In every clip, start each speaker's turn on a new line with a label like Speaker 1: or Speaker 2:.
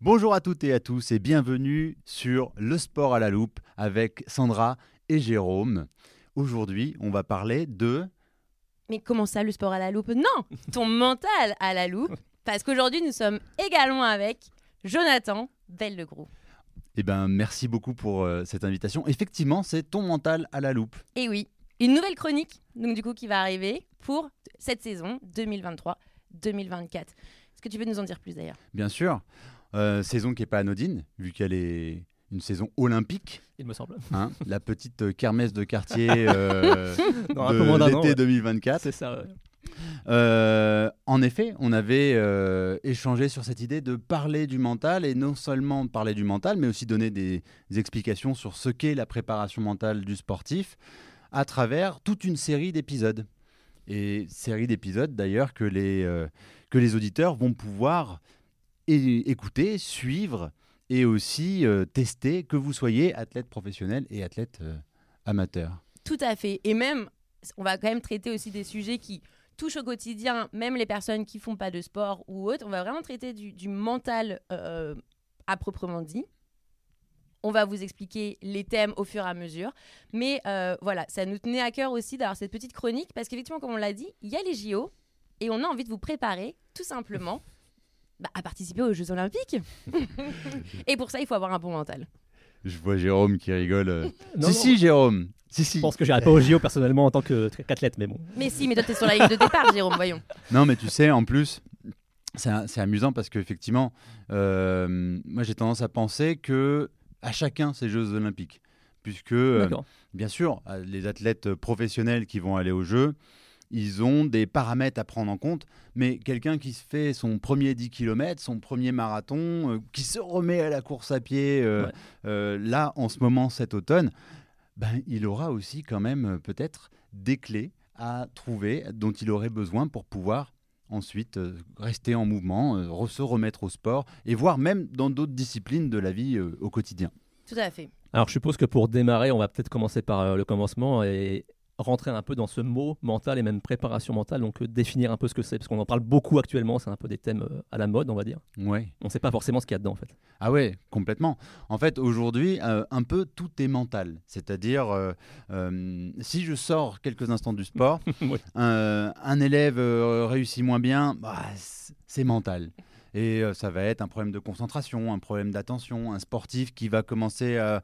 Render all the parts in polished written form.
Speaker 1: Bonjour à toutes et à tous et bienvenue sur Le Sport à la loupe avec Sandra et Jérôme. Aujourd'hui, on va parler de...
Speaker 2: Mais comment ça, le sport à la loupe? Non, ton mental à la loupe. Parce qu'aujourd'hui, nous sommes également avec Jonathan Bellegroux.
Speaker 1: Eh bien, merci beaucoup pour cette invitation. Effectivement, c'est ton mental à la loupe.
Speaker 2: Et oui, une nouvelle chronique donc du coup, qui va arriver pour cette saison 2023-2024. Est-ce que tu peux nous en dire plus d'ailleurs?
Speaker 1: Bien sûr, saison qui n'est pas anodine, vu qu'elle est une saison olympique.
Speaker 3: Il me semble.
Speaker 1: Hein, la petite kermesse de quartier
Speaker 3: Non, un peu moins
Speaker 1: de
Speaker 3: d'un an,
Speaker 1: l'été
Speaker 3: ouais.
Speaker 1: 2024.
Speaker 3: C'est ça.
Speaker 1: En effet, on avait échangé sur cette idée de parler du mental et non seulement parler du mental, mais aussi donner des explications sur ce qu'est la préparation mentale du sportif à travers toute une série d'épisodes. Et série d'épisodes d'ailleurs que les auditeurs vont pouvoir écouter, suivre et aussi tester, que vous soyez athlète professionnel et athlète amateur.
Speaker 2: Tout à fait. Et même, on va quand même traiter aussi des sujets qui touchent au quotidien, même les personnes qui ne font pas de sport ou autre. On va vraiment traiter du mental à proprement dit. On va vous expliquer les thèmes au fur et à mesure. Mais voilà, ça nous tenait à cœur aussi d'avoir cette petite chronique parce qu'effectivement, comme on l'a dit, il y a les JO et on a envie de vous préparer tout simplement à participer aux Jeux Olympiques. Et pour ça, il faut avoir un bon mental.
Speaker 1: Je vois Jérôme qui rigole.
Speaker 3: Non,
Speaker 1: Si, Jérôme. Si.
Speaker 3: Je pense que j'irai pas au JO personnellement en tant qu'athlète, mais bon.
Speaker 2: Mais si, mais toi, t'es sur la ligne de départ, Jérôme, voyons.
Speaker 1: Non, mais tu sais, en plus, c'est amusant parce qu'effectivement, moi j'ai tendance à penser que à chacun ses Jeux Olympiques. Puisque,
Speaker 3: D'accord.
Speaker 1: bien sûr, les athlètes professionnels qui vont aller aux Jeux, ils ont des paramètres à prendre en compte, mais quelqu'un qui se fait son premier 10 km, son premier marathon, qui se remet à la course à pied, là, en ce moment, cet automne, ben, il aura aussi quand même peut-être des clés à trouver dont il aurait besoin pour pouvoir ensuite rester en mouvement, se remettre au sport, et voire même dans d'autres disciplines de la vie au quotidien.
Speaker 2: Tout à fait.
Speaker 3: Alors je suppose que pour démarrer, on va peut-être commencer par le commencement et rentrer un peu dans ce mot mental et même préparation mentale, donc définir un peu ce que c'est, parce qu'on en parle beaucoup actuellement, c'est un peu des thèmes à la mode, on va dire.
Speaker 1: Ouais.
Speaker 3: On ne sait pas forcément ce qu'il y a dedans en fait.
Speaker 1: Ah ouais, complètement. En fait, aujourd'hui, un peu tout est mental. C'est-à-dire, si je sors quelques instants du sport,
Speaker 3: Oui.
Speaker 1: un élève réussit moins bien, c'est mental. Et ça va être un problème de concentration, un problème d'attention, un sportif qui va commencer à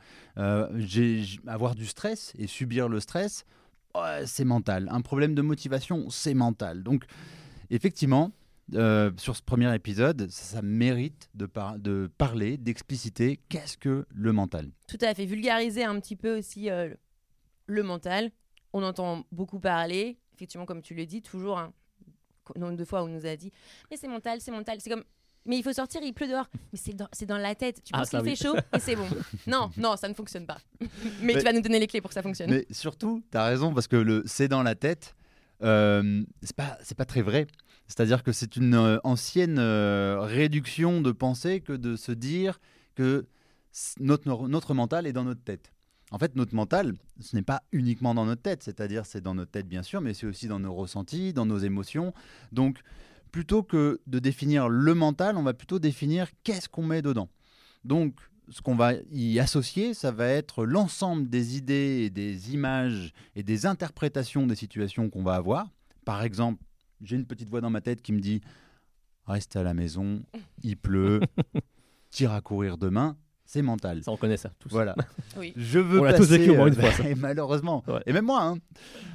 Speaker 1: avoir du stress et subir le stress, c'est mental. Un problème de motivation, c'est mental. Donc, effectivement, sur ce premier épisode, ça mérite de parler, d'expliciter qu'est-ce que le mental.
Speaker 2: Tout à fait. Vulgariser un petit peu aussi le mental. On entend beaucoup parler. Effectivement, comme tu le dis, toujours, nombre de fois où on nous a dit « Mais c'est mental, c'est mental. » C'est comme « Mais il faut sortir, il pleut dehors. » Mais c'est dans la tête. Tu penses qu'il fait chaud et c'est bon. Non, ça ne fonctionne pas. Mais tu vas nous donner les clés pour que ça fonctionne.
Speaker 1: Mais surtout, tu as raison, parce que le « c'est dans la tête », c'est pas très vrai. C'est-à-dire que c'est une ancienne réduction de pensée que de se dire que notre mental est dans notre tête. En fait, notre mental, ce n'est pas uniquement dans notre tête, c'est-à-dire c'est dans notre tête bien sûr, mais c'est aussi dans nos ressentis, dans nos émotions. Donc, plutôt que de définir le mental, on va plutôt définir qu'est-ce qu'on met dedans. Donc, ce qu'on va y associer, ça va être l'ensemble des idées, et des images et des interprétations des situations qu'on va avoir. Par exemple, j'ai une petite voix dans ma tête qui me dit « Reste à la maison, il pleut, tire à courir demain ». C'est mental.
Speaker 3: Ça, on connaît ça tous.
Speaker 1: Voilà.
Speaker 2: Oui.
Speaker 1: Je veux
Speaker 3: On l'a tous vécu au moins une fois, ça.
Speaker 1: Et malheureusement.
Speaker 3: Ouais.
Speaker 1: Et même moi. Hein.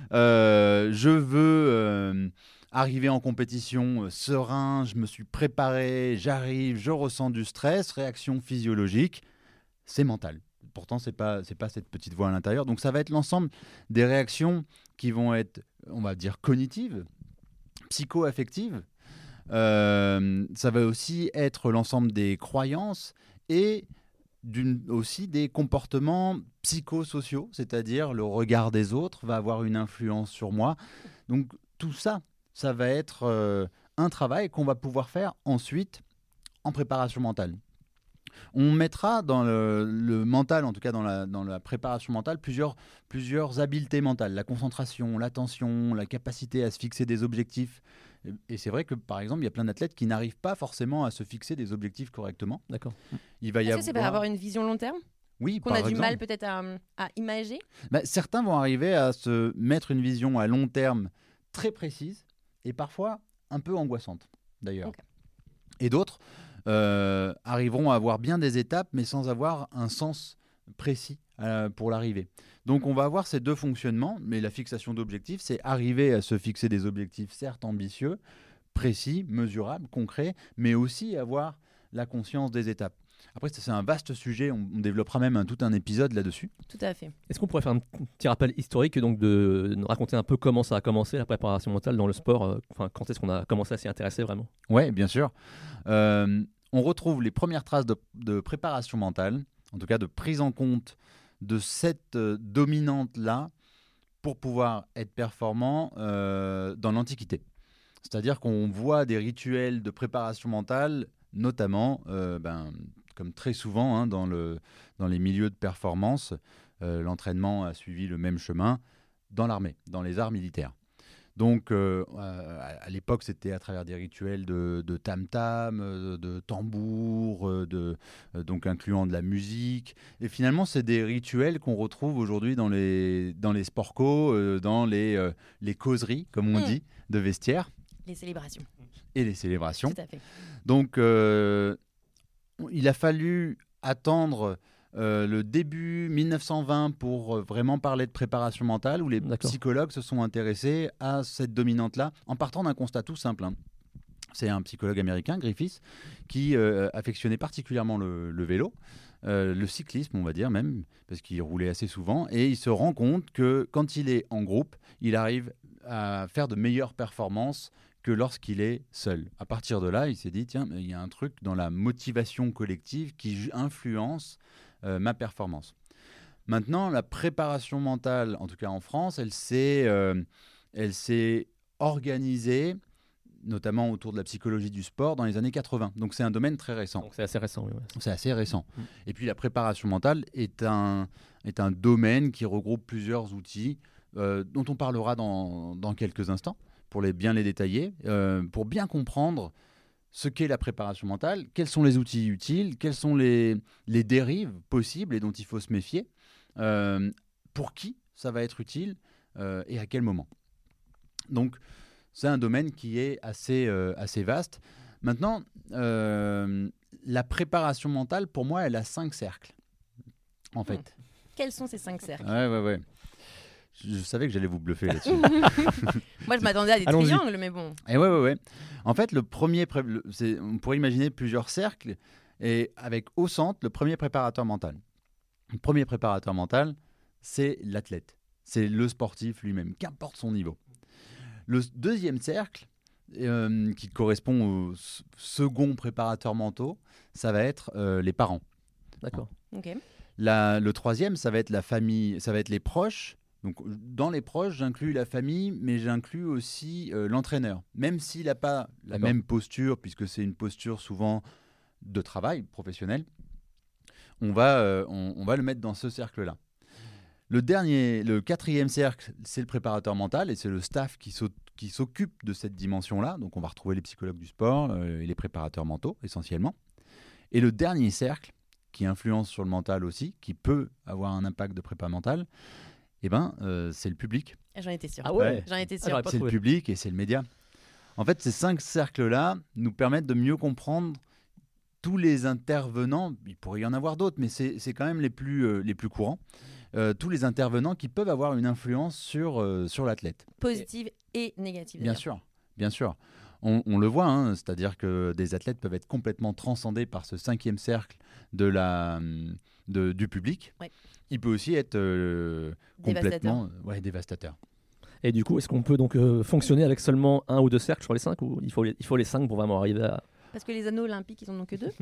Speaker 1: Je veux arriver en compétition serein. Je me suis préparé. J'arrive. Je ressens du stress. Réaction physiologique. C'est mental. Pourtant, c'est pas cette petite voix à l'intérieur. Donc, ça va être l'ensemble des réactions qui vont être, on va dire, cognitives, psycho-affectives. Ça va aussi être l'ensemble des croyances et aussi des comportements psychosociaux, c'est-à-dire le regard des autres va avoir une influence sur moi. Donc tout ça, ça va être un travail qu'on va pouvoir faire ensuite en préparation mentale. On mettra dans le mental, en tout cas dans la préparation mentale, plusieurs habiletés mentales. La concentration, l'attention, la capacité à se fixer des objectifs Et c'est vrai que, par exemple, il y a plein d'athlètes qui n'arrivent pas forcément à se fixer des objectifs correctement.
Speaker 3: D'accord.
Speaker 1: Il va y
Speaker 2: Est-ce
Speaker 1: avoir...
Speaker 2: que c'est par rapport à une vision long terme
Speaker 1: Oui,
Speaker 2: qu'on
Speaker 1: par
Speaker 2: a du
Speaker 1: exemple.
Speaker 2: mal peut-être à imager?
Speaker 1: Certains vont arriver à se mettre une vision à long terme très précise et parfois un peu angoissante, d'ailleurs.
Speaker 2: Ok.
Speaker 1: Et d'autres arriveront à avoir bien des étapes, mais sans avoir un sens précis pour l'arrivée. Donc on va avoir ces deux fonctionnements, mais la fixation d'objectifs, c'est arriver à se fixer des objectifs certes ambitieux, précis, mesurables, concrets, mais aussi avoir la conscience des étapes. Après, c'est un vaste sujet, on développera même tout un épisode là-dessus.
Speaker 2: Tout à fait.
Speaker 3: Est-ce qu'on pourrait faire un petit rappel historique, donc de raconter un peu comment ça a commencé, la préparation mentale dans le sport, quand est-ce qu'on a commencé à s'y intéresser vraiment?
Speaker 1: Oui, bien sûr. On retrouve les premières traces de préparation mentale, en tout cas de prise en compte de cette dominante-là pour pouvoir être performant dans l'Antiquité. C'est-à-dire qu'on voit des rituels de préparation mentale, notamment, comme très souvent dans les milieux de performance, l'entraînement a suivi le même chemin dans l'armée, dans les arts militaires. Donc, à l'époque, c'était à travers des rituels de tam-tam, de tambour, donc incluant de la musique. Et finalement, c'est des rituels qu'on retrouve aujourd'hui dans les sport co, dans les causeries, comme on dit, de vestiaire.
Speaker 2: Les célébrations.
Speaker 1: Et les célébrations.
Speaker 2: Tout à fait.
Speaker 1: Donc, il a fallu attendre le début 1920 pour vraiment parler de préparation mentale, où les psychologues se sont intéressés à cette dominante-là, en partant d'un constat tout simple. C'est un psychologue américain, Griffiths, qui affectionnait particulièrement le vélo, le cyclisme, on va dire même, parce qu'il roulait assez souvent, et il se rend compte que quand il est en groupe, il arrive à faire de meilleures performances que lorsqu'il est seul. À partir de là, il s'est dit, tiens, il y a un truc dans la motivation collective qui influence ma performance. Maintenant, la préparation mentale, en tout cas en France, elle s'est organisée, notamment autour de la psychologie du sport, dans les années 80. Donc c'est un domaine très récent.
Speaker 3: Donc c'est assez récent, oui.
Speaker 1: C'est assez récent. Et puis la préparation mentale est un domaine qui regroupe plusieurs outils dont on parlera dans quelques instants, pour bien les détailler, pour bien comprendre ce qu'est la préparation mentale, quels sont les outils utiles, quelles sont les dérives possibles et dont il faut se méfier, pour qui ça va être utile et à quel moment. Donc, c'est un domaine qui est assez vaste. Maintenant, la préparation mentale, pour moi, elle a 5 cercles, en fait.
Speaker 2: Quels sont ces 5 cercles?
Speaker 1: Ouais. Je savais que j'allais vous bluffer là-dessus.
Speaker 2: Moi, je m'attendais à des triangles, mais bon.
Speaker 1: Et ouais. En fait, le premier, on pourrait imaginer plusieurs cercles, et avec au centre, le premier préparateur mental. Le premier préparateur mental, c'est l'athlète. C'est le sportif lui-même, qu'importe son niveau. Le deuxième cercle, qui correspond au second préparateur mental, ça va être les parents.
Speaker 3: D'accord.
Speaker 2: Ok.
Speaker 1: Le troisième, ça va être la famille, ça va être les proches. Donc, dans les proches, j'inclus la famille, mais j'inclus aussi l'entraîneur. Même s'il n'a pas la même posture, puisque c'est une posture souvent de travail professionnel, on va le mettre dans ce cercle-là. Le quatrième cercle, c'est le préparateur mental, et c'est le staff qui s'occupe de cette dimension-là. Donc, on va retrouver les psychologues du sport et les préparateurs mentaux, essentiellement. Et le dernier cercle, qui influence sur le mental aussi, qui peut avoir un impact de prépa mentale, c'est le public.
Speaker 2: J'en étais sûre.
Speaker 3: Ah ouais.
Speaker 2: J'en étais sûre.
Speaker 1: C'est le public et c'est le média. En fait, ces 5 cercles-là nous permettent de mieux comprendre tous les intervenants. Il pourrait y en avoir d'autres, mais c'est quand même les plus courants. Tous les intervenants qui peuvent avoir une influence sur l'athlète.
Speaker 2: Positive et négative.
Speaker 1: Bien sûr. On le voit, c'est-à-dire que des athlètes peuvent être complètement transcendés par ce 5e cercle du public. Ouais. Il peut aussi être complètement dévastateur.
Speaker 3: Et du coup, est-ce qu'on peut donc fonctionner avec seulement 1 ou 2 cercles sur les 5, ou il faut les 5 pour vraiment arriver à...
Speaker 2: Parce que les anneaux olympiques, ils en ont que 2.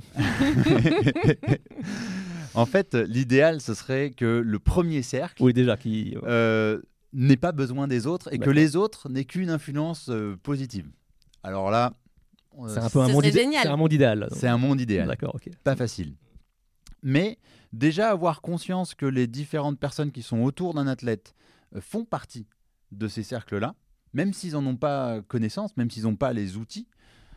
Speaker 1: En fait, l'idéal, ce serait que le premier cercle n'ait pas besoin des autres et que les autres n'aient qu'une influence positive. Alors là,
Speaker 3: c'est un peu un monde idéal. C'est un monde idéal. Donc.
Speaker 1: C'est un monde idéal.
Speaker 3: D'accord, ok.
Speaker 1: Pas facile. Mais déjà avoir conscience que les différentes personnes qui sont autour d'un athlète font partie de ces cercles-là, même s'ils n'en ont pas connaissance, même s'ils n'ont pas les outils,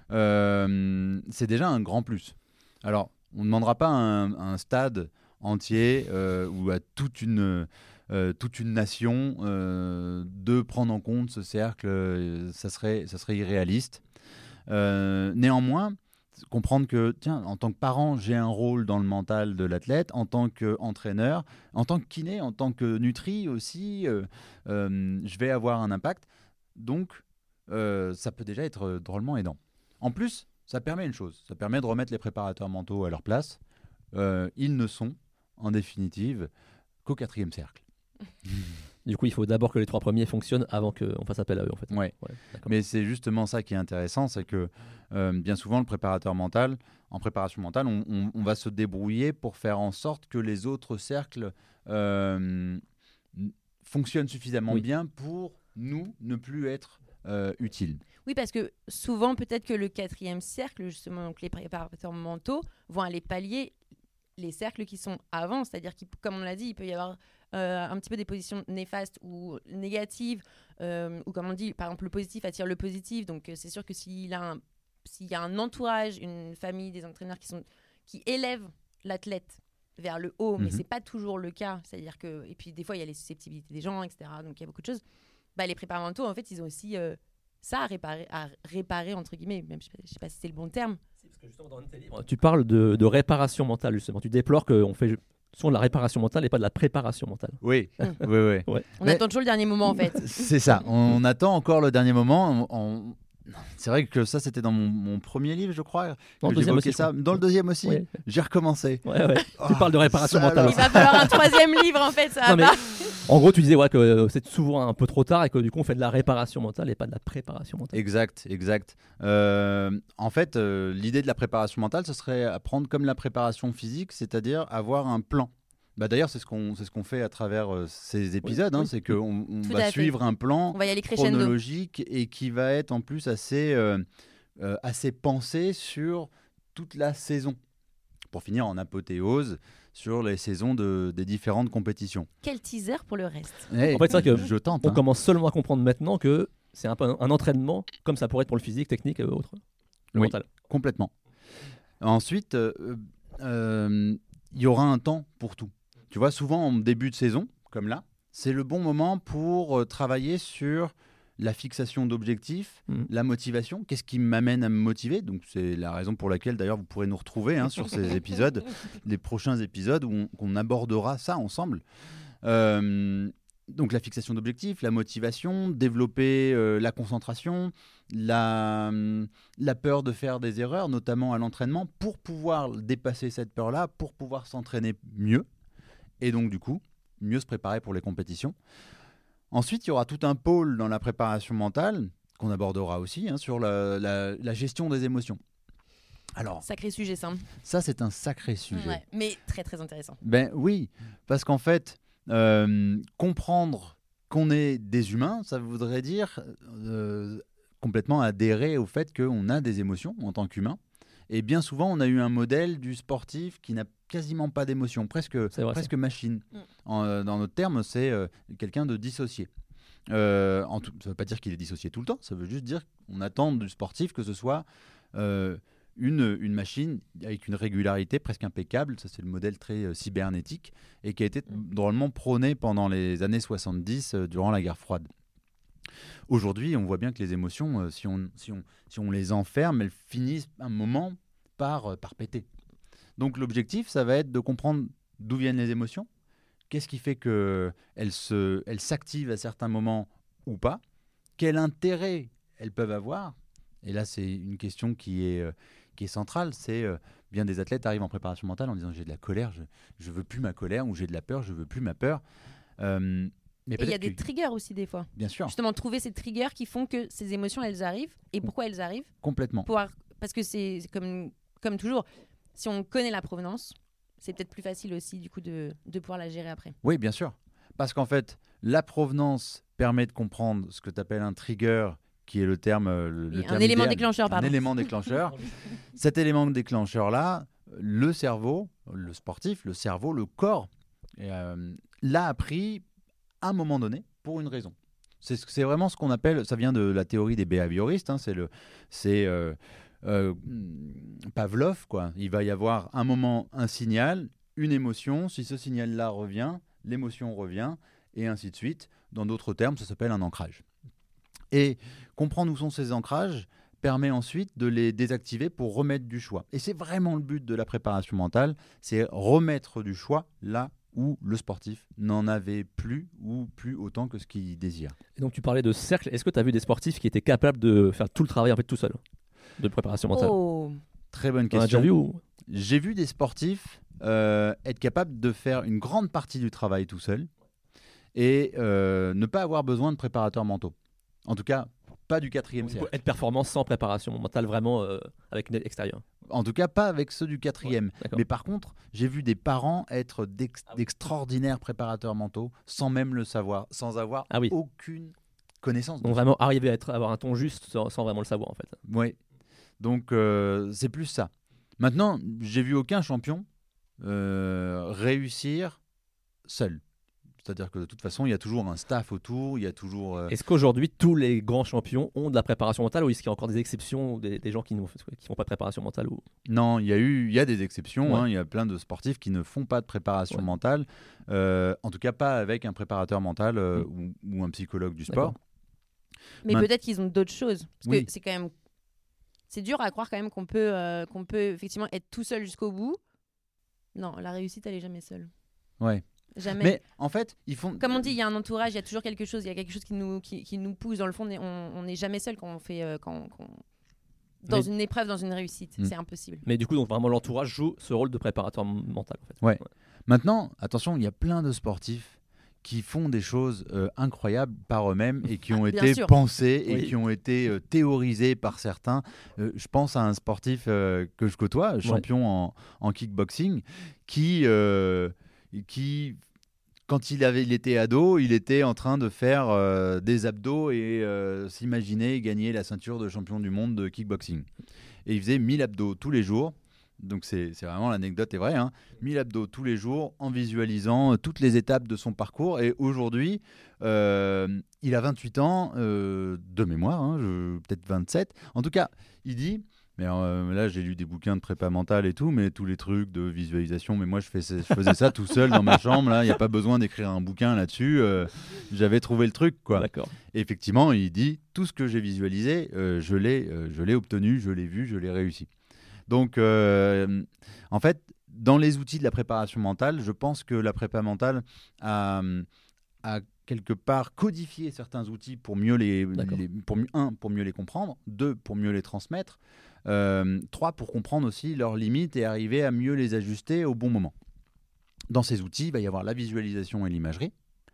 Speaker 1: c'est déjà un grand plus. Alors, on ne demandera pas à un stade entier ou à toute une nation de prendre en compte ce cercle, ça serait irréaliste. Néanmoins, comprendre que, tiens, en tant que parent, j'ai un rôle dans le mental de l'athlète, en tant qu'entraîneur, en tant que kiné, en tant que nutri aussi, je vais avoir un impact. Donc, ça peut déjà être drôlement aidant. En plus, ça permet une chose, ça permet de remettre les préparateurs mentaux à leur place. Ils ne sont, en définitive, qu'au 4e cercle.
Speaker 3: Du coup, il faut d'abord que les 3 premiers fonctionnent avant qu'on fasse appel à eux, en fait.
Speaker 1: Ouais. Mais c'est justement ça qui est intéressant, c'est que bien souvent, le préparateur mental, en préparation mentale, on va se débrouiller pour faire en sorte que les autres cercles fonctionnent suffisamment bien pour nous ne plus être utiles.
Speaker 2: Oui, parce que souvent, peut-être que le 4e cercle, justement, donc les préparateurs mentaux, vont aller pallier les cercles qui sont avant. C'est-à-dire, comme on l'a dit, il peut y avoir un petit peu des positions néfastes ou négatives, ou comme on dit, par exemple, le positif attire le positif. Donc, c'est sûr que s'il y a un entourage, une famille, des entraîneurs qui élèvent l'athlète vers le haut, mais c'est pas toujours le cas. C'est-à-dire que, et puis des fois, il y a les susceptibilité des gens, etc. Donc, il y a beaucoup de choses. Les préparateurs mentaux, en fait, ils ont aussi ça à réparer, entre guillemets. Même, je sais pas si c'est le bon terme.
Speaker 3: Parce que justement, dans tes livres, tu parles de réparation mentale, justement. Tu déplores qu'on fait souvent de la réparation mentale et pas de la préparation mentale.
Speaker 1: Oui, oui.
Speaker 2: On attend toujours le dernier moment, en fait.
Speaker 1: C'est ça, on attend encore le dernier moment. C'est vrai que ça, c'était dans mon premier livre, je crois.
Speaker 3: Dans le deuxième aussi,
Speaker 1: Dans le deuxième aussi, j'ai recommencé.
Speaker 3: Tu parles de réparation mentale.
Speaker 2: Il va falloir un 3e livre, en fait, ça va pas.
Speaker 3: En gros, tu disais que c'est souvent un peu trop tard et que du coup, on fait de la réparation mentale et pas de la préparation mentale.
Speaker 1: Exact. En fait, l'idée de la préparation mentale, ce serait apprendre comme la préparation physique, c'est-à-dire avoir un plan. D'ailleurs, c'est ce qu'on fait à travers ces épisodes. C'est qu'on va suivre un plan chronologique et qui va être en plus assez pensé sur toute la saison. Pour finir en apothéose sur les saisons des différentes compétitions.
Speaker 2: Quel teaser pour le reste.
Speaker 3: En fait, c'est vrai que
Speaker 1: je tente.
Speaker 3: On commence seulement à comprendre maintenant que c'est un peu un entraînement, comme ça pourrait être pour le physique, technique et autres. Le mental.
Speaker 1: Complètement. Ensuite, il y aura un temps pour tout. Tu vois, souvent en début de saison, comme là, c'est le bon moment pour travailler sur la fixation d'objectifs, la motivation. Qu'est-ce qui m'amène à me motiver ? Donc, c'est la raison pour laquelle, d'ailleurs, vous pourrez nous retrouver sur ces épisodes, les prochains épisodes où on abordera ça ensemble. Donc, la fixation d'objectifs, la motivation, développer la concentration, la peur de faire des erreurs, notamment à l'entraînement, pour pouvoir dépasser cette peur-là, pour pouvoir s'entraîner mieux. Et donc, du coup, mieux se préparer pour les compétitions. Ensuite, il y aura tout un pôle dans la préparation mentale, qu'on abordera aussi, sur la gestion des émotions. Alors,
Speaker 2: sacré sujet, ça.
Speaker 1: Ça, c'est un sacré sujet.
Speaker 2: Ouais, mais très, très intéressant.
Speaker 1: Oui, parce qu'en fait, comprendre qu'on est des humains, ça voudrait dire complètement adhérer au fait qu'on a des émotions en tant qu'humain. Et bien souvent, on a eu un modèle du sportif qui n'a quasiment pas d'émotion, presque machine. Dans notre terme, c'est quelqu'un de dissocié. Ça ne veut pas dire qu'il est dissocié tout le temps, ça veut juste dire qu'on attend du sportif que ce soit une machine avec une régularité presque impeccable. Ça, c'est le modèle très cybernétique et qui a été drôlement prôné pendant les années 70 durant la guerre froide. Aujourd'hui, on voit bien que les émotions, si on les enferme, elles finissent un moment par péter. Donc l'objectif, ça va être de comprendre d'où viennent les émotions, qu'est-ce qui fait qu'elles s'activent à certains moments ou pas, quel intérêt elles peuvent avoir. Et là, c'est une question qui est centrale, c'est bien des athlètes arrivent en préparation mentale en disant j'ai de la colère, je veux plus ma colère, ou j'ai de la peur, je veux plus ma peur.
Speaker 2: Mais il y a des triggers aussi des fois.
Speaker 1: Bien sûr.
Speaker 2: Justement, trouver ces triggers qui font que ces émotions, elles arrivent. Et pourquoi elles arrivent ?
Speaker 1: Complètement.
Speaker 2: Parce que c'est comme toujours, si on connaît la provenance, c'est peut-être plus facile aussi du coup de pouvoir la gérer après.
Speaker 1: Oui, bien sûr. Parce qu'en fait, la provenance permet de comprendre ce que tu appelles un trigger, qui est le terme...
Speaker 2: un élément déclencheur, pardon.
Speaker 1: Un élément déclencheur. Cet élément déclencheur-là, le cerveau, le sportif, le cerveau, le corps, l'a appris à un moment donné pour une raison. C'est vraiment ce qu'on appelle, ça vient de la théorie des behavioristes, hein, c'est Pavlov, quoi. Il va y avoir un moment, un signal, une émotion. Si ce signal-là revient, l'émotion revient, et ainsi de suite. Dans d'autres termes, ça s'appelle un ancrage. Et comprendre où sont ces ancrages permet ensuite de les désactiver pour remettre du choix. Et c'est vraiment le but de la préparation mentale, c'est remettre du choix là où le sportif n'en avait plus ou plus autant que ce qu'il désire.
Speaker 3: Et donc tu parlais de cercle. Est-ce que tu as vu des sportifs qui étaient capables de faire tout le travail en fait tout seul de préparation mentale?
Speaker 2: Oh,
Speaker 1: Très bonne
Speaker 3: On a déjà
Speaker 1: question.
Speaker 3: vu ou...
Speaker 1: J'ai vu des sportifs être capables de faire une grande partie du travail tout seul et ne pas avoir besoin de préparateurs mentaux. En tout cas, pas du quatrième
Speaker 3: Donc,
Speaker 1: cercle.
Speaker 3: être performant sans préparation mentale vraiment avec une aide extérieure.
Speaker 1: En tout cas, pas avec ceux du quatrième.
Speaker 3: Ouais, d'accord.
Speaker 1: Mais par contre, j'ai vu des parents être d'extraordinaires préparateurs mentaux sans même le savoir, sans avoir
Speaker 3: Ah oui.
Speaker 1: aucune connaissance.
Speaker 3: Donc vraiment arriver à avoir un ton juste sans vraiment le savoir en fait.
Speaker 1: Oui. Donc, c'est plus ça. Maintenant, j'ai vu aucun champion réussir seul. C'est-à-dire que de toute façon, il y a toujours un staff autour, il y a toujours...
Speaker 3: Est-ce qu'aujourd'hui tous les grands champions ont de la préparation mentale ou est-ce qu'il y a encore des exceptions ou des gens qui ne font pas de préparation mentale ou...
Speaker 1: Non, il y a des exceptions.
Speaker 3: Ouais.
Speaker 1: Hein, il y a plein de sportifs qui ne font pas de préparation
Speaker 3: Ouais.
Speaker 1: mentale. En tout cas, pas avec un préparateur mental ou un psychologue du sport.
Speaker 3: D'accord.
Speaker 2: mais
Speaker 1: Man-
Speaker 2: peut-être qu'ils ont d'autres choses. Parce
Speaker 1: Oui.
Speaker 2: que c'est quand même... C'est dur à croire quand même qu'on peut effectivement être tout seul jusqu'au bout. Non, la réussite, elle est jamais seule.
Speaker 1: Ouais.
Speaker 2: Jamais.
Speaker 1: Mais en fait, ils font...
Speaker 2: Comme on dit, il y a un entourage, il y a toujours quelque chose, il y a quelque chose qui nous pousse. Dans le fond, on n'est jamais seul quand on fait... dans
Speaker 3: Mais-
Speaker 2: une épreuve, dans une réussite.
Speaker 1: Mm.
Speaker 2: C'est impossible.
Speaker 3: Mais du coup donc vraiment l'entourage joue ce rôle de préparateur mental en fait.
Speaker 1: Ouais. Maintenant, attention, il y a plein de sportifs qui font des choses incroyables par eux-mêmes et qui ont
Speaker 2: Bien
Speaker 1: été
Speaker 2: sûr.
Speaker 1: pensées et
Speaker 3: Oui.
Speaker 1: qui ont été théorisées par certains. Je pense à un sportif que je côtoie, champion en kickboxing, qui, quand il était ado, il était en train de faire des abdos et s'imaginer gagner la ceinture de champion du monde de kickboxing. Et il faisait 1000 abdos tous les jours. Donc c'est vraiment, l'anecdote est vraie, hein. 1000 abdos tous les jours en visualisant toutes les étapes de son parcours. Et aujourd'hui, il a 28 ans de mémoire, hein, peut-être 27. En tout cas, il dit, mais là j'ai lu des bouquins de prépa mentale et tout, mais tous les trucs de visualisation, mais moi je faisais ça tout seul dans ma chambre, là, il n'y a pas besoin d'écrire un bouquin là-dessus. J'avais trouvé le truc, quoi.
Speaker 3: D'accord.
Speaker 1: Et effectivement, il dit, tout ce que j'ai visualisé, je l'ai obtenu, je l'ai vu, je l'ai réussi. Donc, en fait, dans les outils de la préparation mentale, je pense que la prépa mentale a quelque part codifié certains outils pour mieux
Speaker 3: D'accord.
Speaker 1: pour mieux les comprendre, 2, pour mieux les transmettre, 3, pour comprendre aussi leurs limites et arriver à mieux les ajuster au bon moment. Dans ces outils, il va y avoir la visualisation et l'imagerie.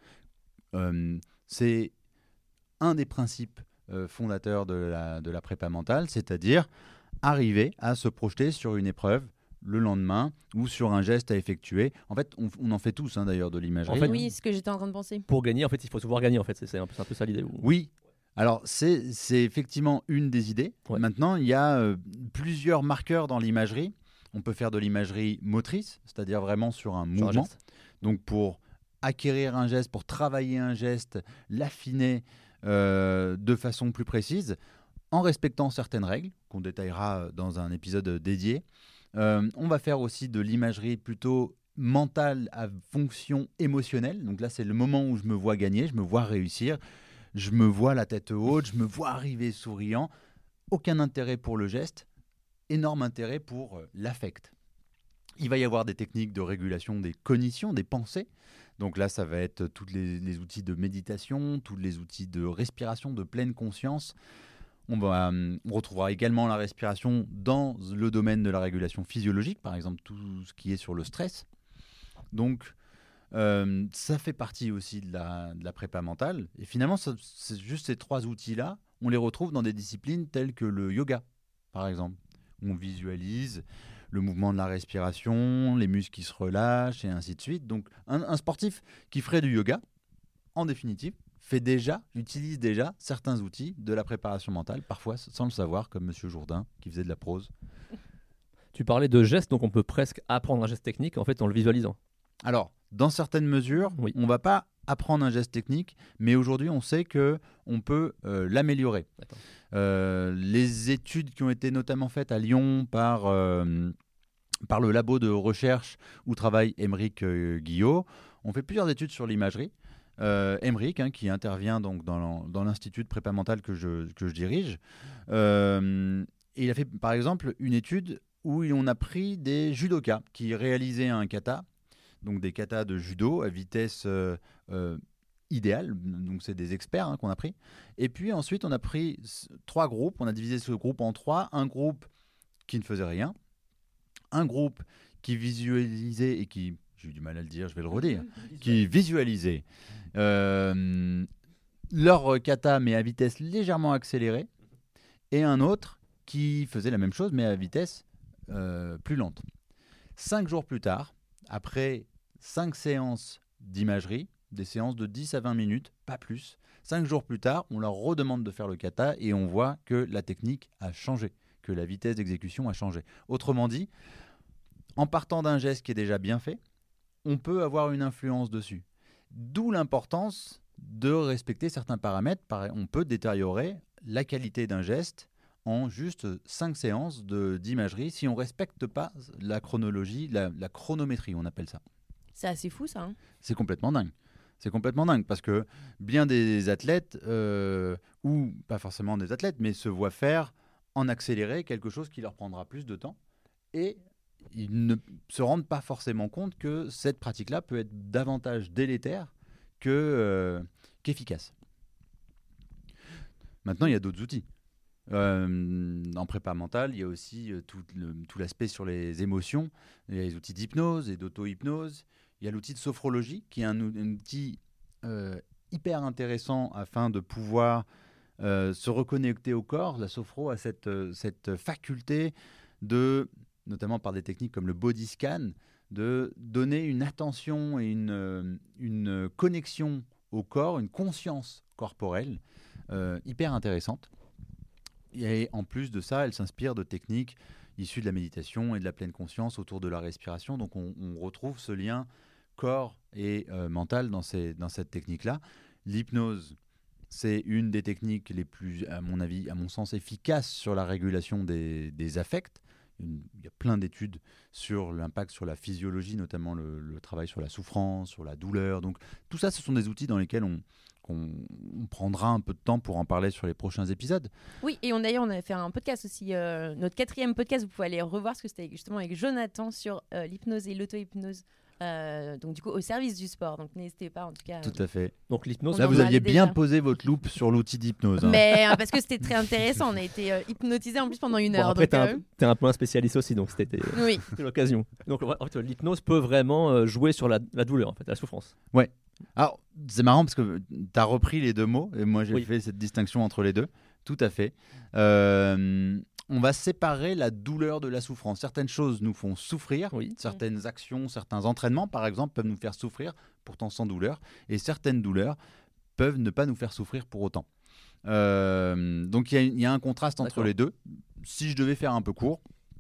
Speaker 1: C'est un des principes fondateurs de la prépa mentale, c'est-à-dire arriver à se projeter sur une épreuve le lendemain ou sur un geste à effectuer. En fait, on en fait tous, hein, d'ailleurs, de l'imagerie.
Speaker 3: En fait,
Speaker 2: Oui, c'est ce que j'étais en train de penser.
Speaker 3: Pour gagner en fait il faut se voir gagner en fait c'est un peu ça l'idée.
Speaker 1: Oui. Alors, c'est effectivement une des idées.
Speaker 3: Ouais.
Speaker 1: Maintenant, il y a plusieurs marqueurs dans l'imagerie. On peut faire de l'imagerie motrice, c'est-à-dire vraiment sur un
Speaker 3: Sur un
Speaker 1: mouvement.
Speaker 3: geste.
Speaker 1: Donc, pour acquérir un geste, pour travailler un geste, l'affiner de façon plus précise, en respectant certaines règles, qu'on détaillera dans un épisode dédié. On va faire aussi de l'imagerie plutôt mentale à fonction émotionnelle. Donc là, c'est le moment où je me vois gagner, je me vois réussir, je me vois la tête haute, je me vois arriver souriant. Aucun intérêt pour le geste, énorme intérêt pour l'affect. Il va y avoir des techniques de régulation des cognitions, des pensées. Donc là, ça va être tous les outils de méditation, tous les outils de respiration, de pleine conscience. On retrouvera également la respiration dans le domaine de la régulation physiologique, par exemple tout ce qui est sur le stress. Donc, ça fait partie aussi de la prépa mentale. Et finalement, c'est juste ces 3 outils-là, on les retrouve dans des disciplines telles que le yoga, par exemple. On visualise le mouvement de la respiration, les muscles qui se relâchent et ainsi de suite. Donc, un sportif qui ferait du yoga, en définitive, utilise déjà certains outils de la préparation mentale, parfois sans le savoir, comme Monsieur Jourdain qui faisait de la prose.
Speaker 3: Tu parlais de gestes donc on peut presque apprendre un geste technique en fait en le visualisant.
Speaker 1: Alors, dans certaines mesures,
Speaker 3: Oui.
Speaker 1: on ne va pas apprendre un geste technique, mais aujourd'hui, on sait qu'on peut l'améliorer.
Speaker 3: D'accord.
Speaker 1: Les études qui ont été notamment faites à Lyon par le labo de recherche où travaille Émeric Guillot, on fait plusieurs études sur l'imagerie. Émeric, qui intervient donc dans l'institut de prépa mentale que je dirige, et il a fait par exemple une étude où on a pris des judokas qui réalisaient un kata, donc des katas de judo à vitesse idéale, donc c'est des experts qu'on a pris. Et puis ensuite on a pris 3 groupes, on a divisé ce groupe en 3, un groupe qui ne faisait rien, un groupe qui visualisait et qui, j'ai eu du mal à le dire, je vais le redire, qui visualisait leur kata mais à vitesse légèrement accélérée, et un autre qui faisait la même chose mais à vitesse plus lente. 5 jours plus tard, après 5 séances d'imagerie, des séances de 10 à 20 minutes, pas plus, 5 jours plus tard, on leur redemande de faire le kata et on voit que la technique a changé, que la vitesse d'exécution a changé. Autrement dit, en partant d'un geste qui est déjà bien fait, on peut avoir une influence dessus. D'où l'importance de respecter certains paramètres. On peut détériorer la qualité d'un geste en juste 5 séances d'imagerie si on ne respecte pas la chronologie, la chronométrie, on appelle ça.
Speaker 2: C'est assez fou, ça.
Speaker 1: C'est complètement dingue. C'est complètement dingue parce que bien des athlètes, ou pas forcément des athlètes, mais se voient faire en accéléré quelque chose qui leur prendra plus de temps, et ils ne se rendent pas forcément compte que cette pratique-là peut être davantage délétère qu'efficace. Maintenant, il y a d'autres outils. En prépa mentale, il y a aussi tout l'aspect sur les émotions. Il y a les outils d'hypnose et d'auto-hypnose. Il y a l'outil de sophrologie, qui est un outil hyper intéressant afin de pouvoir se reconnecter au corps. La sophro a cette faculté de, notamment par des techniques comme le body scan, de donner une attention et une connexion au corps, une conscience corporelle hyper intéressante. Et en plus de ça, elle s'inspire de techniques issues de la méditation et de la pleine conscience autour de la respiration. Donc on retrouve ce lien corps et mental dans cette technique-là. L'hypnose, c'est une des techniques les plus, à mon avis, à mon sens, efficaces sur la régulation des affects. Il y a plein d'études sur l'impact sur la physiologie, notamment le travail sur la souffrance, sur la douleur. Donc tout ça, ce sont des outils dans lesquels on prendra un peu de temps pour en parler sur les prochains épisodes.
Speaker 2: Oui, et d'ailleurs, on avait fait un podcast aussi, notre 4e podcast, vous pouvez aller revoir, parce que c'était justement avec Jonathan sur l'hypnose et l'auto-hypnose. Donc du coup au service du sport, donc n'hésitez pas en tout cas.
Speaker 1: Tout à fait.
Speaker 3: Donc l'hypnose.
Speaker 1: Là,
Speaker 2: On
Speaker 1: vous
Speaker 2: en
Speaker 1: aviez
Speaker 2: parlait
Speaker 1: bien
Speaker 2: déjà.
Speaker 1: posé votre loupe sur l'outil d'hypnose.
Speaker 2: Mais parce que c'était très intéressant, on a été hypnotisés en plus pendant 1
Speaker 3: Bon,
Speaker 2: heure.
Speaker 3: après,
Speaker 2: Donc,
Speaker 3: t'es un peu un spécialiste aussi, donc c'était
Speaker 2: oui.
Speaker 3: l'occasion. Donc en fait, l'hypnose peut vraiment jouer sur la douleur, en fait, la souffrance.
Speaker 1: Alors, c'est marrant parce que tu as repris les 2 mots, et moi j'ai
Speaker 3: Oui.
Speaker 1: fait cette distinction entre les deux. Tout à fait. On va séparer la douleur de la souffrance. Certaines choses nous font souffrir,
Speaker 3: Oui.
Speaker 1: certaines actions, certains entraînements par exemple peuvent nous faire souffrir, pourtant sans douleur, et certaines douleurs peuvent ne pas nous faire souffrir pour autant. Donc il y a un contraste entre
Speaker 3: D'accord.
Speaker 1: les deux. Si je devais faire un peu court,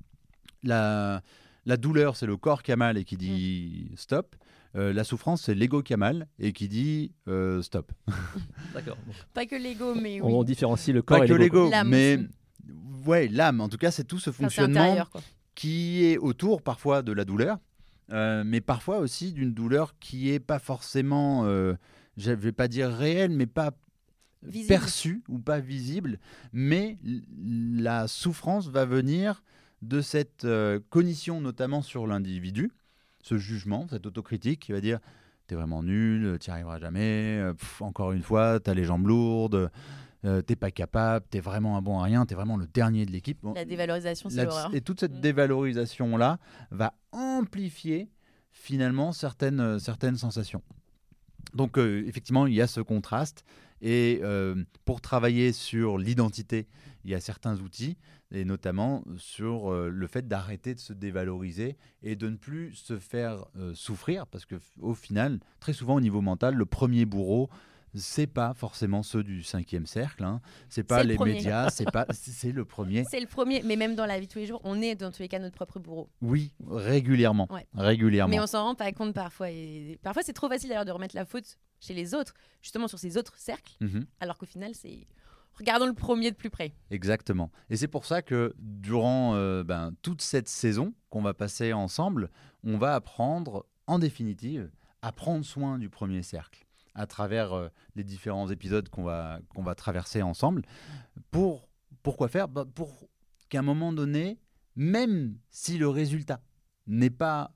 Speaker 1: la douleur, c'est le corps qui a mal et qui dit stop. La souffrance, c'est l'ego qui a mal et qui dit stop.
Speaker 3: D'accord. Donc,
Speaker 2: Pas que l'ego, mais oui.
Speaker 3: on différencie le corps
Speaker 1: Pas
Speaker 3: et
Speaker 1: que
Speaker 3: l'ego.
Speaker 1: l'ego,
Speaker 2: L'âme
Speaker 1: mais
Speaker 2: aussi.
Speaker 1: ouais, l'âme. En tout cas, c'est tout ce
Speaker 2: Enfin, c'est
Speaker 1: fonctionnement
Speaker 2: intérieur, quoi.
Speaker 1: qui est autour parfois de la douleur, mais parfois aussi d'une douleur qui est pas forcément, je vais pas dire réelle, mais pas
Speaker 2: Visible.
Speaker 1: perçue ou pas visible. Mais la souffrance va venir de cette cognition, notamment sur l'individu, ce jugement, cette autocritique qui va dire t'es vraiment nul, t'y arriveras jamais, encore une fois, t'as les jambes lourdes, t'es pas capable, t'es vraiment un bon à rien, t'es vraiment le dernier de l'équipe. Bon,
Speaker 2: La dévalorisation, c'est l'horreur.
Speaker 1: et toute cette
Speaker 2: Mm.
Speaker 1: dévalorisation-là va amplifier finalement certaines sensations. Donc effectivement, il y a ce contraste. Et pour travailler sur l'identité, il y a certains outils, et notamment sur le fait d'arrêter de se dévaloriser et de ne plus se faire souffrir, parce qu'au final, très souvent au niveau mental, le premier bourreau, c'est pas forcément ceux du 5e cercle, hein. C'est pas
Speaker 2: C'est le
Speaker 1: les
Speaker 2: premier.
Speaker 1: médias, c'est le premier.
Speaker 2: C'est le premier, mais même dans la vie de tous les jours, on est dans tous les cas notre propre bourreau.
Speaker 1: Oui, régulièrement.
Speaker 2: Ouais.
Speaker 1: Régulièrement.
Speaker 2: Mais on s'en rend pas compte parfois. Et parfois, c'est trop facile d'ailleurs de remettre la faute chez les autres, justement sur ces autres cercles,
Speaker 1: Mhm.
Speaker 2: alors qu'au final, c'est regardons le premier de plus près.
Speaker 1: Exactement. Et c'est pour ça que durant toute cette saison qu'on va passer ensemble, on va apprendre, en définitive, à prendre soin du premier cercle à travers les différents épisodes qu'on va traverser ensemble. Pourquoi faire ? Pour qu'à un moment donné, même si le résultat n'est pas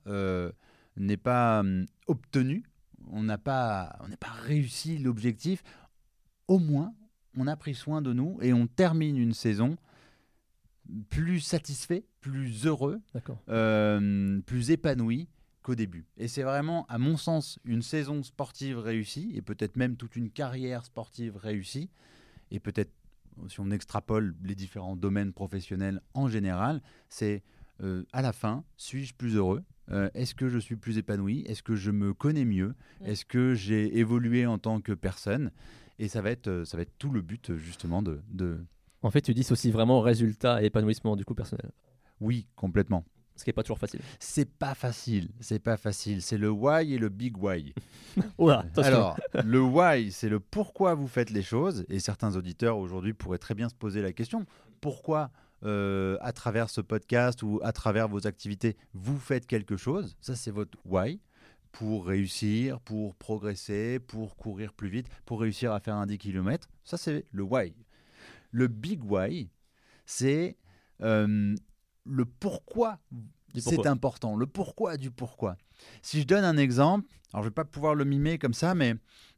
Speaker 1: obtenu, on n'a pas réussi l'objectif, au moins on a pris soin de nous et on termine une saison plus satisfait, plus heureux,
Speaker 3: D'accord.
Speaker 1: plus épanoui qu'au début. Et c'est vraiment, à mon sens, une saison sportive réussie, et peut-être même toute une carrière sportive réussie, et peut-être, si on extrapole les différents domaines professionnels en général, c'est à la fin, suis-je plus heureux ? Est-ce que je suis plus épanoui ? Est-ce que je me connais mieux ? Est-ce que j'ai évolué en tant que personne ? Et ça va être tout le but, justement, de...
Speaker 3: En fait, tu dissocies vraiment résultat et épanouissement du coup personnel.
Speaker 1: Oui, complètement.
Speaker 3: Ce qui n'est pas toujours facile.
Speaker 1: C'est pas facile. C'est le why et le big why.
Speaker 3: Oula, attention.
Speaker 1: Alors, le why, c'est le pourquoi vous faites les choses. Et certains auditeurs aujourd'hui pourraient très bien se poser la question. Pourquoi, à travers ce podcast ou à travers vos activités, vous faites quelque chose ? Ça, c'est votre why. Pour réussir, pour progresser, pour courir plus vite, pour réussir à faire un 10 km. Ça, c'est le why. Le big why, c'est le pourquoi c'est important. Le pourquoi du pourquoi. Si je donne un exemple, alors je ne vais pas pouvoir le mimer comme ça, mais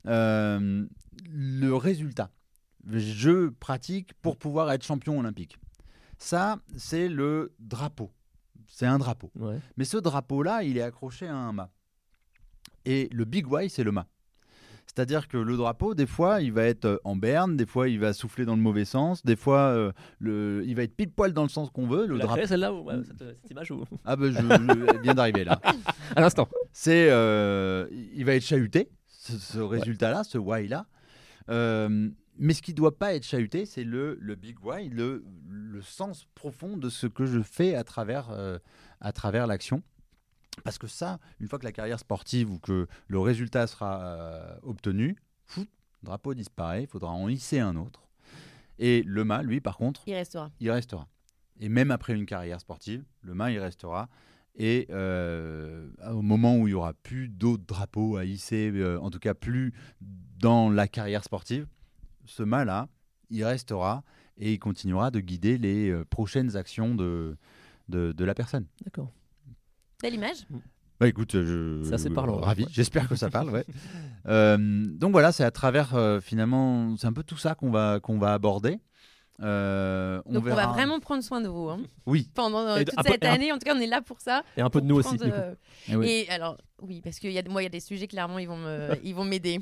Speaker 1: le résultat. Je pratique pour pouvoir être champion olympique. Ça, c'est le drapeau. C'est un drapeau.
Speaker 3: Ouais.
Speaker 1: Mais ce drapeau-là, il est accroché à un mât. Et le big why, c'est le mât. C'est-à-dire que le drapeau, des fois, il va être en berne, des fois, il va souffler dans le mauvais sens, des fois, il va être pile poil dans le sens qu'on veut.
Speaker 3: Tu l'as créé celle-là ou cette image ou...
Speaker 1: Ah ben, je viens d'arriver là.
Speaker 3: À l'instant.
Speaker 1: C'est, il va être chahuté, ce résultat-là, ce why-là. Mais ce qui ne doit pas être chahuté, c'est le big why, le sens profond de ce que je fais à travers l'action. Parce que ça, une fois que la carrière sportive ou que le résultat sera obtenu, le drapeau disparaît, il faudra en hisser un autre. Et le mât, lui, par contre,
Speaker 2: Il restera.
Speaker 1: il restera. Et même après une carrière sportive, le mât, il restera. Et au moment où il n'y aura plus d'autres drapeaux à hisser, en tout cas plus dans la carrière sportive, ce mât-là, il restera et il continuera de guider les prochaines actions de la personne.
Speaker 3: D'accord.
Speaker 2: Belle image.
Speaker 1: Bah écoute,
Speaker 3: C'est assez parlant,
Speaker 1: ravi.
Speaker 3: ouais.
Speaker 1: J'espère que ça parle. Ouais. Donc voilà, c'est à travers finalement, c'est un peu tout ça qu'on va aborder.
Speaker 2: Donc on va vraiment prendre soin de vous. Hein.
Speaker 1: Oui.
Speaker 2: Pendant
Speaker 3: Et
Speaker 2: toute
Speaker 3: un peu-
Speaker 2: cette année, en tout cas, on est là pour ça.
Speaker 3: Et un peu de nous aussi.
Speaker 2: Prendre,
Speaker 3: Du coup.
Speaker 1: Eh oui.
Speaker 2: Et alors, oui, parce qu'il y a des sujets, clairement, ils vont m'aider.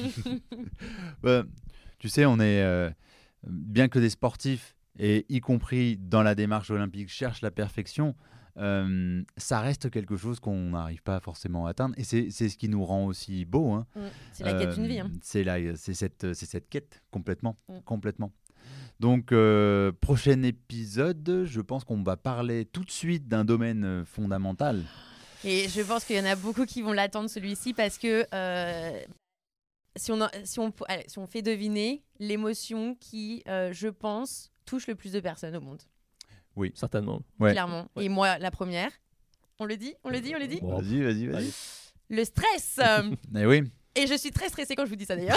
Speaker 1: Tu sais, on est bien que des sportifs et y compris dans la démarche olympique cherchent la perfection. Ça reste quelque chose qu'on n'arrive pas forcément à atteindre et c'est ce qui nous rend aussi beau. Hein.
Speaker 2: C'est la quête d'une vie. Hein.
Speaker 1: C'est cette quête complètement. Donc, prochain épisode, je pense qu'on va parler tout de suite d'un domaine fondamental.
Speaker 2: Et je pense qu'il y en a beaucoup qui vont l'attendre, celui-ci, parce que si on fait deviner l'émotion qui, je pense, touche le plus de personnes au monde.
Speaker 1: Oui,
Speaker 3: certainement.
Speaker 1: Ouais.
Speaker 2: Clairement.
Speaker 3: Ouais.
Speaker 2: Et moi, la première. On le dit.
Speaker 3: Bon.
Speaker 1: Vas-y.
Speaker 3: Allez.
Speaker 2: Le stress.
Speaker 1: Eh oui.
Speaker 2: Et je suis très stressée quand je vous dis ça, d'ailleurs.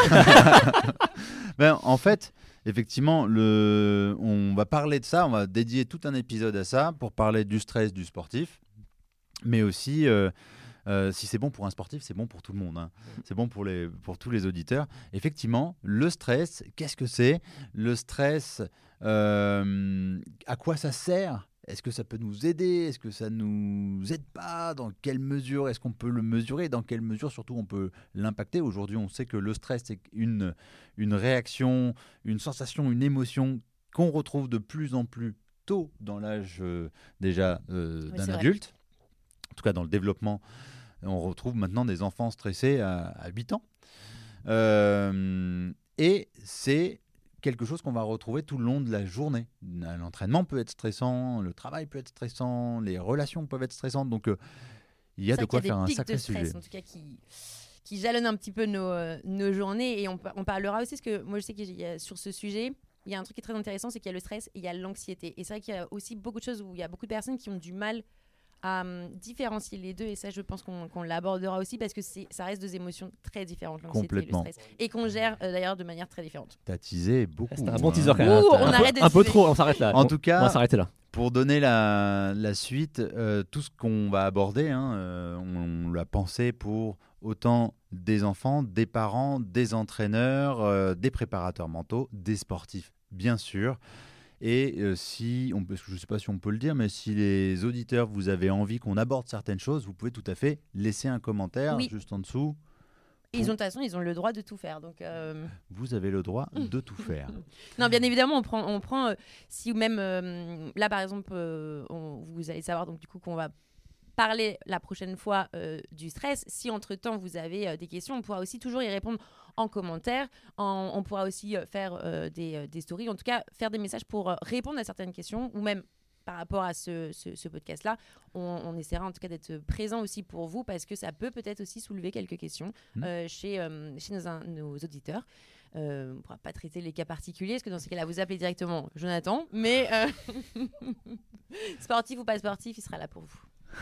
Speaker 1: En fait, effectivement, on va parler de ça, on va dédier tout un épisode à ça pour parler du stress du sportif, mais aussi, si c'est bon pour un sportif, c'est bon pour tout le monde. Hein. C'est bon pour tous les auditeurs. Effectivement, le stress, qu'est-ce que c'est ? Le stress, à quoi ça sert ? Est-ce que ça peut nous aider ? Est-ce que ça ne nous aide pas ? Dans quelle mesure est-ce qu'on peut le mesurer ? Dans quelle mesure, surtout, on peut l'impacter ? Aujourd'hui, on sait que le stress, c'est une réaction, une sensation, une émotion qu'on retrouve de plus en plus tôt dans l'âge d'un
Speaker 2: c'est
Speaker 1: adulte. En tout cas, dans le développement, on retrouve maintenant des enfants stressés à 8 ans. Et c'est quelque chose qu'on va retrouver tout le long de la journée. L'entraînement peut être stressant, le travail peut être stressant, les relations peuvent être stressantes. Donc, il y a de quoi faire un sacré sujet.
Speaker 2: En tout cas, qui jalonnent un petit peu nos journées. Et on parlera aussi, parce que moi, je sais que sur ce sujet, il y a un truc qui est très intéressant, c'est qu'il y a le stress et il y a l'anxiété. Et c'est vrai qu'il y a aussi beaucoup de choses où il y a beaucoup de personnes qui ont du mal à différencier les deux. Et ça, je pense qu'on l'abordera aussi, parce que ça reste deux émotions très différentes, l'anxiété et le stress. Et qu'on gère d'ailleurs de manière très différente.
Speaker 1: T'as teasé beaucoup.
Speaker 3: C'est un bon teaser quand même.
Speaker 2: On arrête de
Speaker 3: un peu
Speaker 2: teaser.
Speaker 3: trop, on s'arrête là.
Speaker 1: En tout cas,
Speaker 3: on va s'arrêter là.
Speaker 1: Pour donner la suite, tout ce qu'on va aborder, on l'a pensé pour autant des enfants, des parents, des entraîneurs, des préparateurs mentaux, des sportifs, bien sûr. Et je ne sais pas si on peut le dire, mais si les auditeurs, vous avez envie qu'on aborde certaines choses, vous pouvez tout à fait laisser un commentaire juste en dessous.
Speaker 2: Et de toute façon, ils ont le droit de tout faire. Donc,
Speaker 1: vous avez le droit de tout faire.
Speaker 2: Non, bien évidemment, on prend si même là, par exemple, vous allez savoir donc du coup qu'on va parler la prochaine fois du stress. Si entre-temps vous avez des questions, on pourra aussi toujours y répondre en commentaire. On pourra aussi faire des stories, en tout cas faire des messages pour répondre à certaines questions, ou même par rapport à ce podcast-là, on essaiera en tout cas d'être présent aussi pour vous, parce que ça peut-être aussi soulever quelques questions chez nos auditeurs. On ne pourra pas traiter les cas particuliers, parce que dans ces cas-là, vous appelez directement Jonathan, mais sportif ou pas sportif, il sera là pour vous.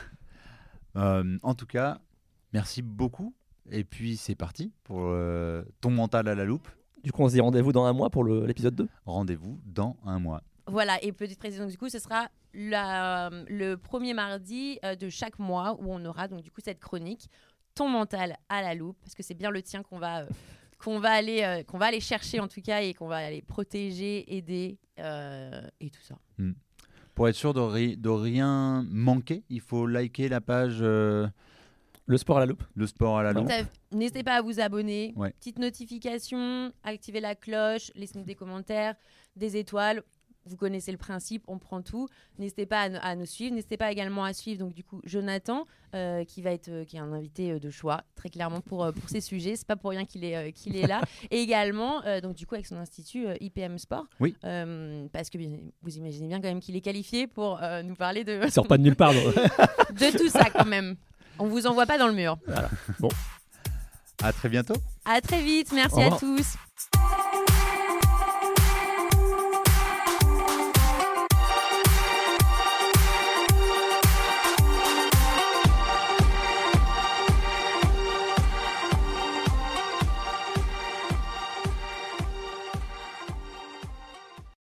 Speaker 1: En tout cas, merci beaucoup. Et puis, c'est parti pour ton mental à la loupe.
Speaker 3: Du coup, on se dit rendez-vous dans un mois pour l'épisode 2.
Speaker 1: Rendez-vous dans un mois.
Speaker 2: Voilà, et petite précision, du coup, ce sera le premier mardi de chaque mois, où on aura donc du coup cette chronique, ton mental à la loupe, parce que c'est bien le tien qu'on va aller chercher en tout cas, et qu'on va aller protéger, aider et tout ça.
Speaker 1: Pour être sûr de rien manquer, il faut liker la page
Speaker 3: Le sport à la loupe.
Speaker 1: Le sport à la loupe.
Speaker 2: N'hésitez pas à vous abonner.
Speaker 1: Ouais.
Speaker 2: Petite notification, activez la cloche, laissez-nous des commentaires, des étoiles. Vous connaissez le principe, on prend tout. N'hésitez pas à nous suivre. N'hésitez pas également à suivre donc du coup Jonathan, qui est un invité de choix très clairement pour ces sujets. C'est pas pour rien qu'il est là. Et également donc du coup avec son institut IPM Sport.
Speaker 1: Oui.
Speaker 2: Parce que vous imaginez bien quand même qu'il est qualifié pour nous parler de.
Speaker 3: Il sort pas de nulle part.
Speaker 2: De tout ça quand même. On vous envoie pas dans le mur.
Speaker 3: Voilà. Bon.
Speaker 1: À très bientôt.
Speaker 2: À très vite. Merci à tous.